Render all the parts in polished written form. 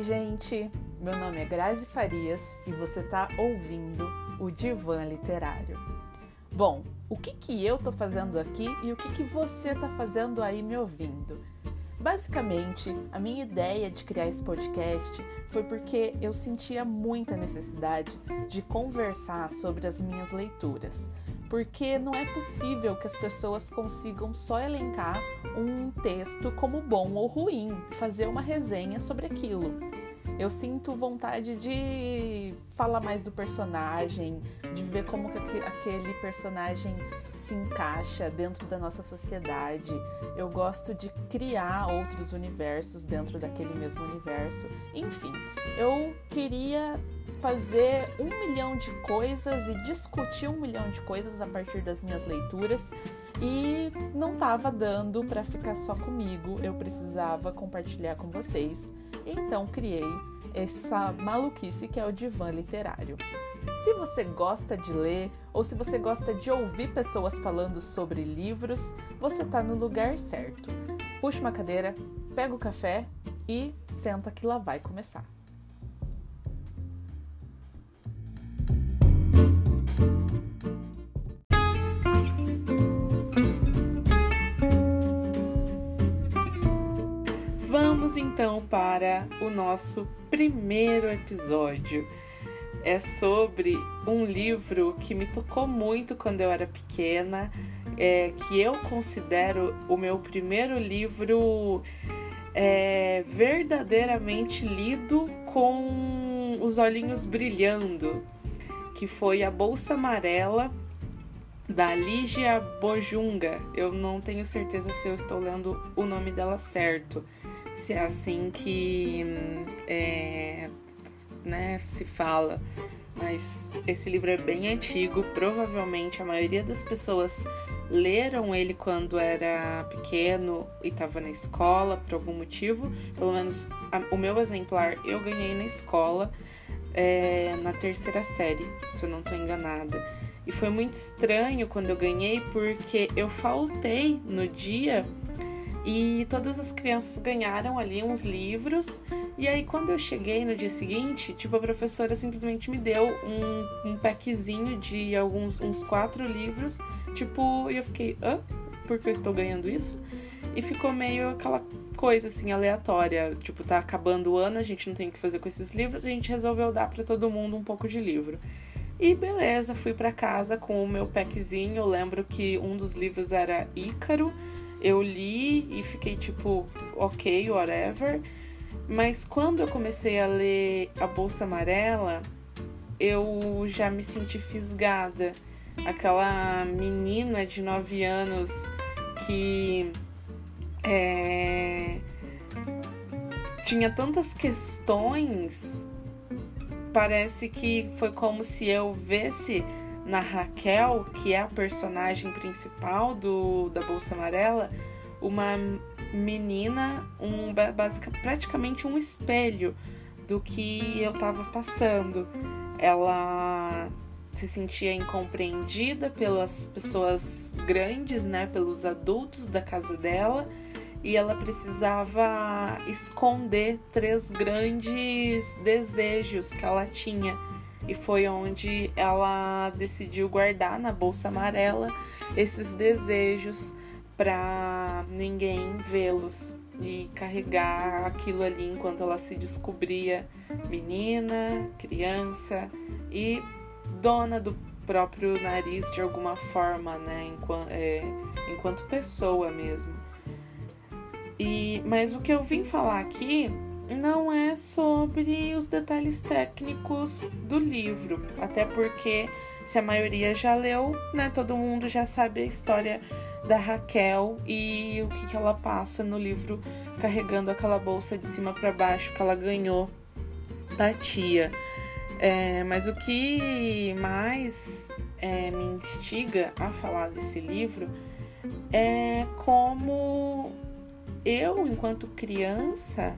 Oi, gente! Meu nome é Grazi Farias e você está ouvindo o Divã Literário. Bom, o que eu tô fazendo aqui e o que você tá fazendo aí me ouvindo? Basicamente, a minha ideia de criar esse podcast foi porque eu sentia muita necessidade de conversar sobre as minhas leituras. Porque não é possível que as pessoas consigam só elencar um texto como bom ou ruim, fazer uma resenha sobre aquilo. Eu sinto vontade de falar mais do personagem, de ver como que aquele personagem se encaixa dentro da nossa sociedade. Eu gosto de criar outros universos dentro daquele mesmo universo. Enfim, eu queria fazer 1 milhão de coisas e discutir 1 milhão de coisas a partir das minhas leituras e não estava dando para ficar só comigo, eu precisava compartilhar com vocês. Então criei essa maluquice que é o Divã Literário. Se você gosta de ler ou se você gosta de ouvir pessoas falando sobre livros, você está no lugar certo. Puxa uma cadeira, pega o café e senta que lá vai começar. Vamos então para o nosso primeiro episódio. É sobre um livro que me tocou muito quando eu era pequena, que eu considero o meu primeiro livro verdadeiramente lido com os olhinhos brilhando, que foi A Bolsa Amarela, da Lígia Bojunga. Eu não tenho certeza se eu estou lendo o nome dela certo, se é assim que se fala, mas esse livro é bem antigo, provavelmente a maioria das pessoas leram ele quando era pequeno e estava na escola por algum motivo. Pelo menos o meu exemplar eu ganhei na escola, na 3ª série, se eu não estou enganada. E foi muito estranho quando eu ganhei, porque eu faltei no dia e todas as crianças ganharam ali uns livros. E aí quando eu cheguei no dia seguinte, a professora simplesmente me deu um packzinho de uns 4 livros. E eu fiquei, por que eu estou ganhando isso? E ficou meio aquela coisa assim, aleatória. Tá acabando o ano, a gente não tem o que fazer com esses livros, a gente resolveu dar para todo mundo um pouco de livro. E beleza, fui para casa com o meu packzinho. Eu lembro que um dos livros era Ícaro. Eu li e fiquei ok, whatever. Mas quando eu comecei a ler A Bolsa Amarela, eu já me senti fisgada. Aquela menina de 9 anos que tinha tantas questões. Parece que foi como se eu visse na Raquel, que é a personagem principal da Bolsa Amarela, uma menina, praticamente um espelho do que eu estava passando. Ela se sentia incompreendida pelas pessoas grandes, pelos adultos da casa dela, e ela precisava esconder 3 grandes desejos que ela tinha. E foi onde ela decidiu guardar na Bolsa Amarela esses desejos para ninguém vê-los e carregar aquilo ali enquanto ela se descobria menina, criança e dona do próprio nariz de alguma forma, enquanto pessoa mesmo. Mas o que eu vim falar aqui não é sobre os detalhes técnicos do livro, até porque se a maioria já leu, todo mundo já sabe a história da Raquel e o que ela passa no livro carregando aquela bolsa de cima para baixo que ela ganhou da tia. Mas o que mais me instiga a falar desse livro é como eu, enquanto criança,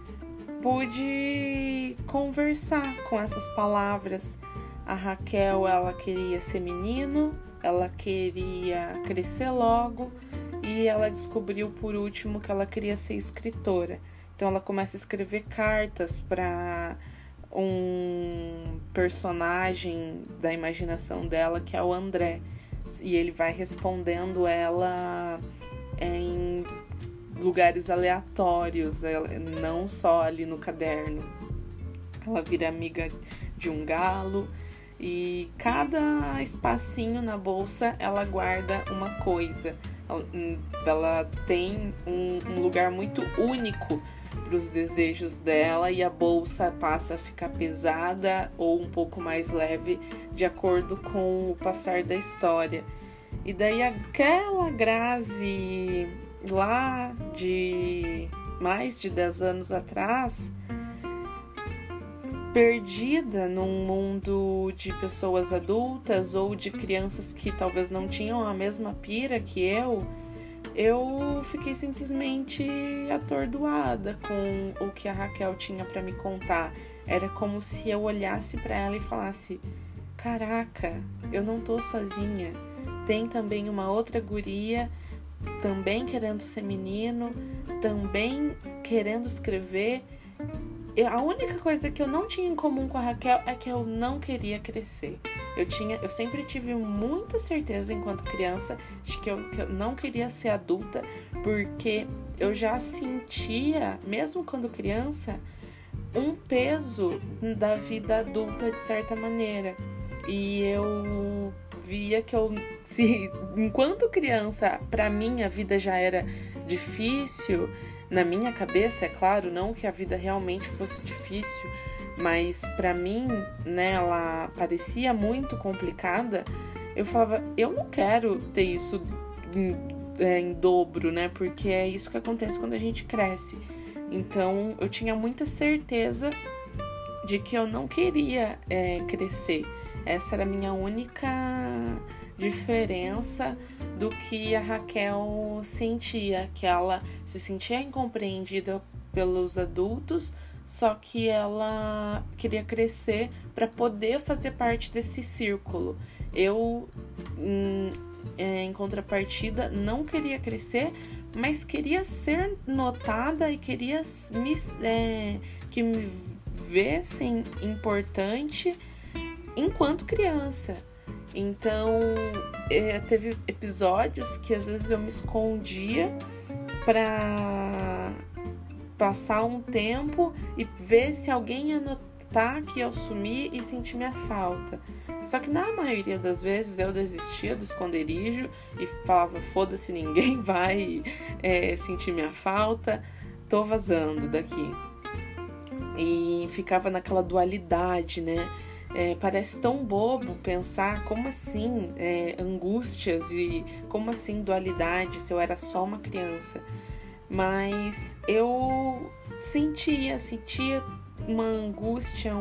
pude conversar com essas palavras. A Raquel, ela queria ser menino, ela queria crescer logo e ela descobriu por último que ela queria ser escritora. Então ela começa a escrever cartas para um personagem da imaginação dela, que é o André. E ele vai respondendo ela em lugares aleatórios, não só ali no caderno. Ela vira amiga de um galo e cada espacinho na bolsa ela guarda uma coisa. Ela tem um lugar muito único para os desejos dela e a bolsa passa a ficar pesada ou um pouco mais leve de acordo com o passar da história. E daí aquela Grazi lá de mais de 10 anos atrás, perdida num mundo de pessoas adultas ou de crianças que talvez não tinham a mesma pira que eu fiquei simplesmente atordoada com o que a Raquel tinha para me contar. Era como se eu olhasse para ela e falasse: caraca, eu não tô sozinha. Tem também uma outra guria, também querendo ser menino, também querendo escrever. A única coisa que eu não tinha em comum com a Raquel é que eu não queria crescer. Eu sempre tive muita certeza enquanto criança de que eu não queria ser adulta, porque eu já sentia, mesmo quando criança, um peso da vida adulta de certa maneira. E eu via que enquanto criança, pra mim a vida já era difícil. Na minha cabeça, é claro, não que a vida realmente fosse difícil, mas pra mim, né, ela parecia muito complicada. Eu falava, eu não quero ter isso em dobro, né, porque é isso que acontece quando a gente cresce. Então, eu tinha muita certeza de que eu não queria crescer. Essa era a minha única diferença do que a Raquel sentia, que ela se sentia incompreendida pelos adultos, só que ela queria crescer para poder fazer parte desse círculo. Eu, em contrapartida, não queria crescer, mas queria ser notada e queria que me vissem importante enquanto criança. Então, teve episódios que às vezes eu me escondia para passar um tempo e ver se alguém ia notar que eu sumi e sentir minha falta. Só que na maioria das vezes eu desistia do esconderijo e falava, foda-se, ninguém vai sentir minha falta, tô vazando daqui. E ficava naquela dualidade, né? Parece tão bobo pensar como assim angústias e como assim dualidade se eu era só uma criança. Mas eu sentia uma angústia,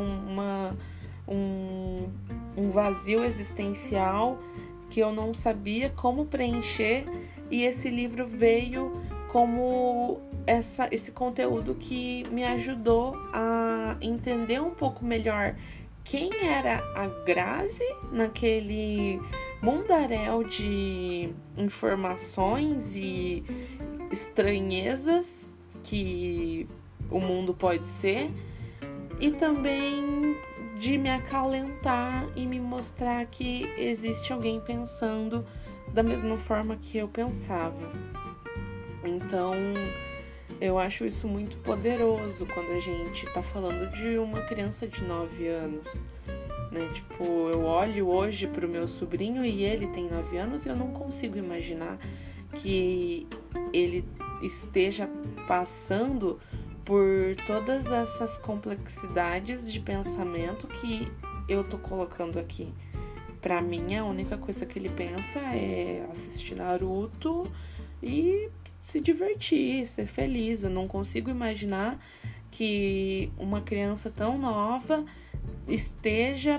um vazio existencial que eu não sabia como preencher, e esse livro veio como esse conteúdo que me ajudou a entender um pouco melhor quem era a Grazi naquele mundaréu de informações e estranhezas que o mundo pode ser, e também de me acalentar e me mostrar que existe alguém pensando da mesma forma que eu pensava. Então, eu acho isso muito poderoso quando a gente tá falando de uma criança de 9 anos, né? Tipo, eu olho hoje pro meu sobrinho e ele tem 9 anos e eu não consigo imaginar que ele esteja passando por todas essas complexidades de pensamento que eu tô colocando aqui. Pra mim, a única coisa que ele pensa é assistir Naruto e se divertir, ser feliz. Eu não consigo imaginar que uma criança tão nova esteja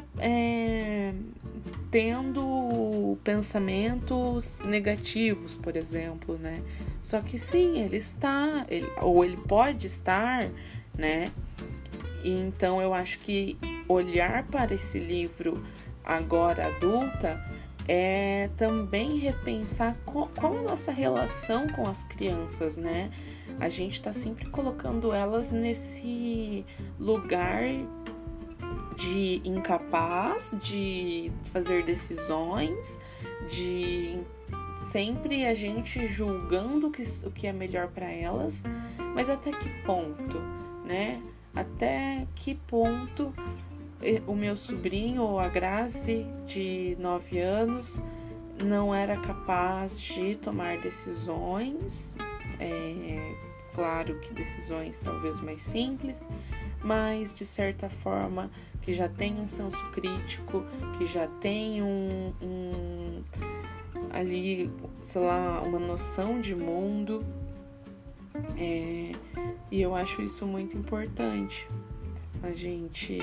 tendo pensamentos negativos, por exemplo, né? Só que sim, ele pode estar, né? E então eu acho que olhar para esse livro agora adulta é também repensar qual é a nossa relação com as crianças, né? a gente tá sempre colocando elas nesse lugar de incapaz de fazer decisões, de sempre a gente julgando o que é melhor para elas, mas até que ponto, né? Até que ponto o meu sobrinho, ou a Grazi, de 9 anos, não era capaz de tomar decisões, claro que decisões talvez mais simples, mas de certa forma que já tem um senso crítico, que já tem ali, sei lá, uma noção de mundo, e eu acho isso muito importante, a gente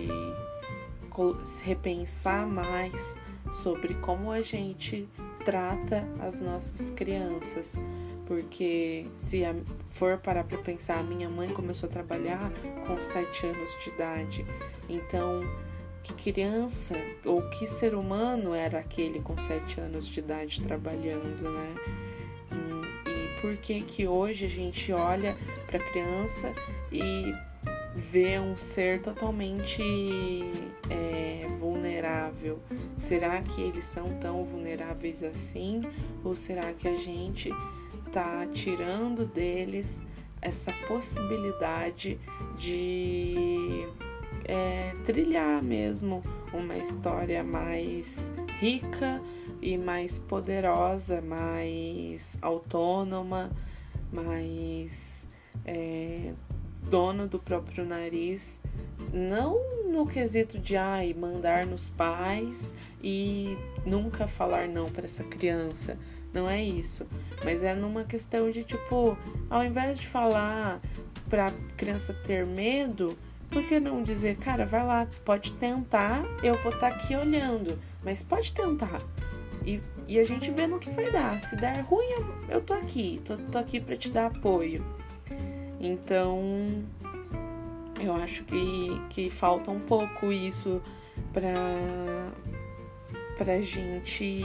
repensar mais sobre como a gente trata as nossas crianças, porque se for parar para pensar, a minha mãe começou a trabalhar com 7 anos de idade, então que criança ou que ser humano era aquele com 7 anos de idade trabalhando, né? E por que hoje a gente olha para a criança e vê um ser totalmente vulnerável? Será que eles são tão vulneráveis assim? Ou será que a gente tá tirando deles essa possibilidade de trilhar mesmo uma história mais rica e mais poderosa, mais autônoma, mais dono do próprio nariz, não no quesito de mandar nos pais e nunca falar não para essa criança, não é isso, mas é numa questão de tipo, ao invés de falar para criança ter medo, por que não dizer, cara, vai lá, pode tentar, eu vou estar aqui olhando, mas pode tentar. E a gente vê no que vai dar. Se der ruim, eu tô aqui. Tô aqui pra te dar apoio. Então, eu acho que falta um pouco isso pra gente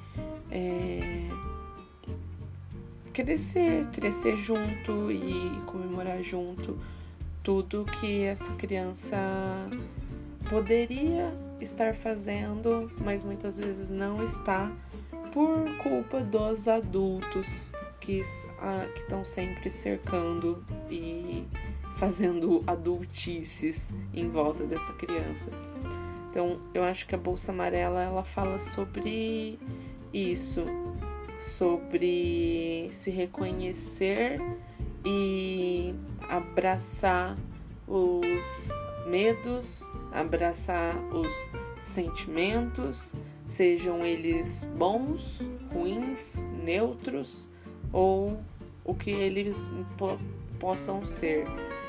crescer junto e comemorar junto tudo que essa criança poderia estar fazendo, mas muitas vezes não está, por culpa dos adultos que estão sempre cercando e fazendo adultices em volta dessa criança. Então, eu acho que a Bolsa Amarela, ela fala sobre isso, sobre se reconhecer e abraçar os medos, abraçar os sentimentos, sejam eles bons, ruins, neutros ou o que eles possam ser.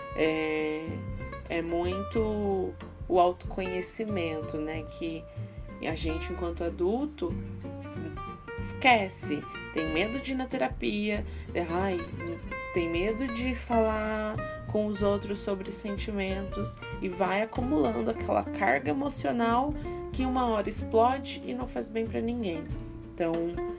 É muito o autoconhecimento, né? Que a gente, enquanto adulto, esquece, tem medo de ir na terapia, tem medo de falar com os outros sobre sentimentos e vai acumulando aquela carga emocional que uma hora explode e não faz bem para ninguém. Então,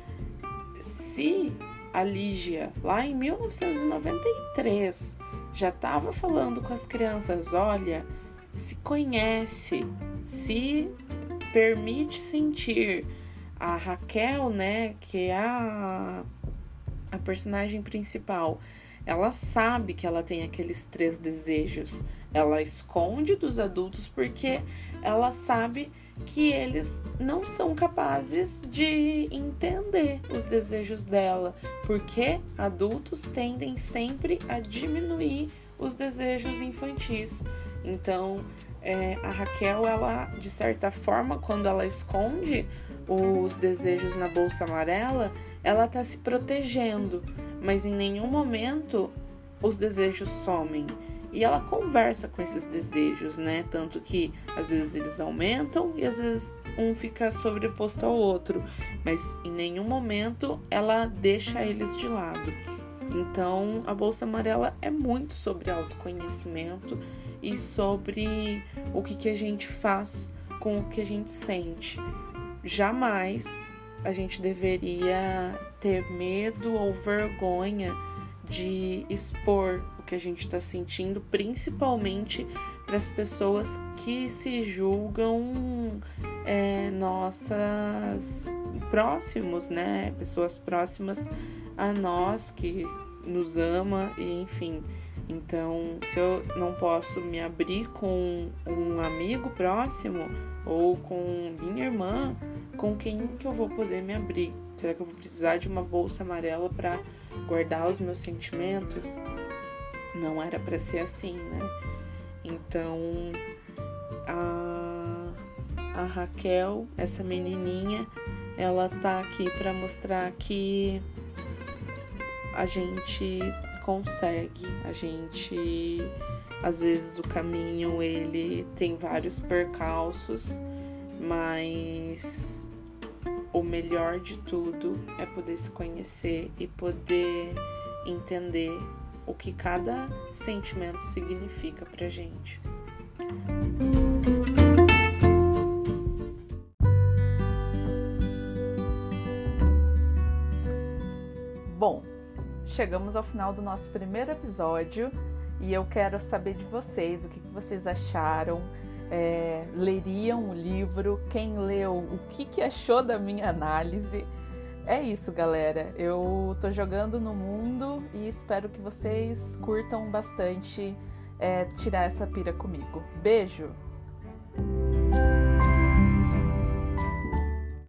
se a Lígia, lá em 1993, já estava falando com as crianças, olha, se conhece, se permite sentir. A Raquel, né, que é a personagem principal, ela sabe que ela tem aqueles 3 desejos. Ela esconde dos adultos porque ela sabe que eles não são capazes de entender os desejos dela, porque adultos tendem sempre a diminuir os desejos infantis. Então, a Raquel, ela, de certa forma, quando ela esconde os desejos na Bolsa Amarela, ela tá se protegendo, mas em nenhum momento os desejos somem. E ela conversa com esses desejos, né? Tanto que às vezes eles aumentam e às vezes um fica sobreposto ao outro, mas em nenhum momento ela deixa eles de lado. Então, a Bolsa Amarela é muito sobre autoconhecimento e sobre o que a gente faz com o que a gente sente. Jamais a gente deveria ter medo ou vergonha de expor o que a gente está sentindo, principalmente para as pessoas que se julgam nossas próximos, né? Pessoas próximas a nós, que nos ama e enfim. Então, se eu não posso me abrir com um amigo próximo ou com minha irmã, com quem que eu vou poder me abrir? Será que eu vou precisar de uma bolsa amarela para guardar os meus sentimentos? Não era para ser assim, né? Então, a Raquel, essa menininha, ela tá aqui para mostrar que a gente consegue, a gente, às vezes o caminho ele tem vários percalços, mas o melhor de tudo é poder se conhecer e poder entender o que cada sentimento significa pra gente. Bom, chegamos ao final do nosso primeiro episódio e eu quero saber de vocês, o que vocês acharam, leriam o livro, quem leu, o que achou da minha análise. É isso, galera, eu tô jogando no mundo e espero que vocês curtam bastante tirar essa pira comigo. Beijo!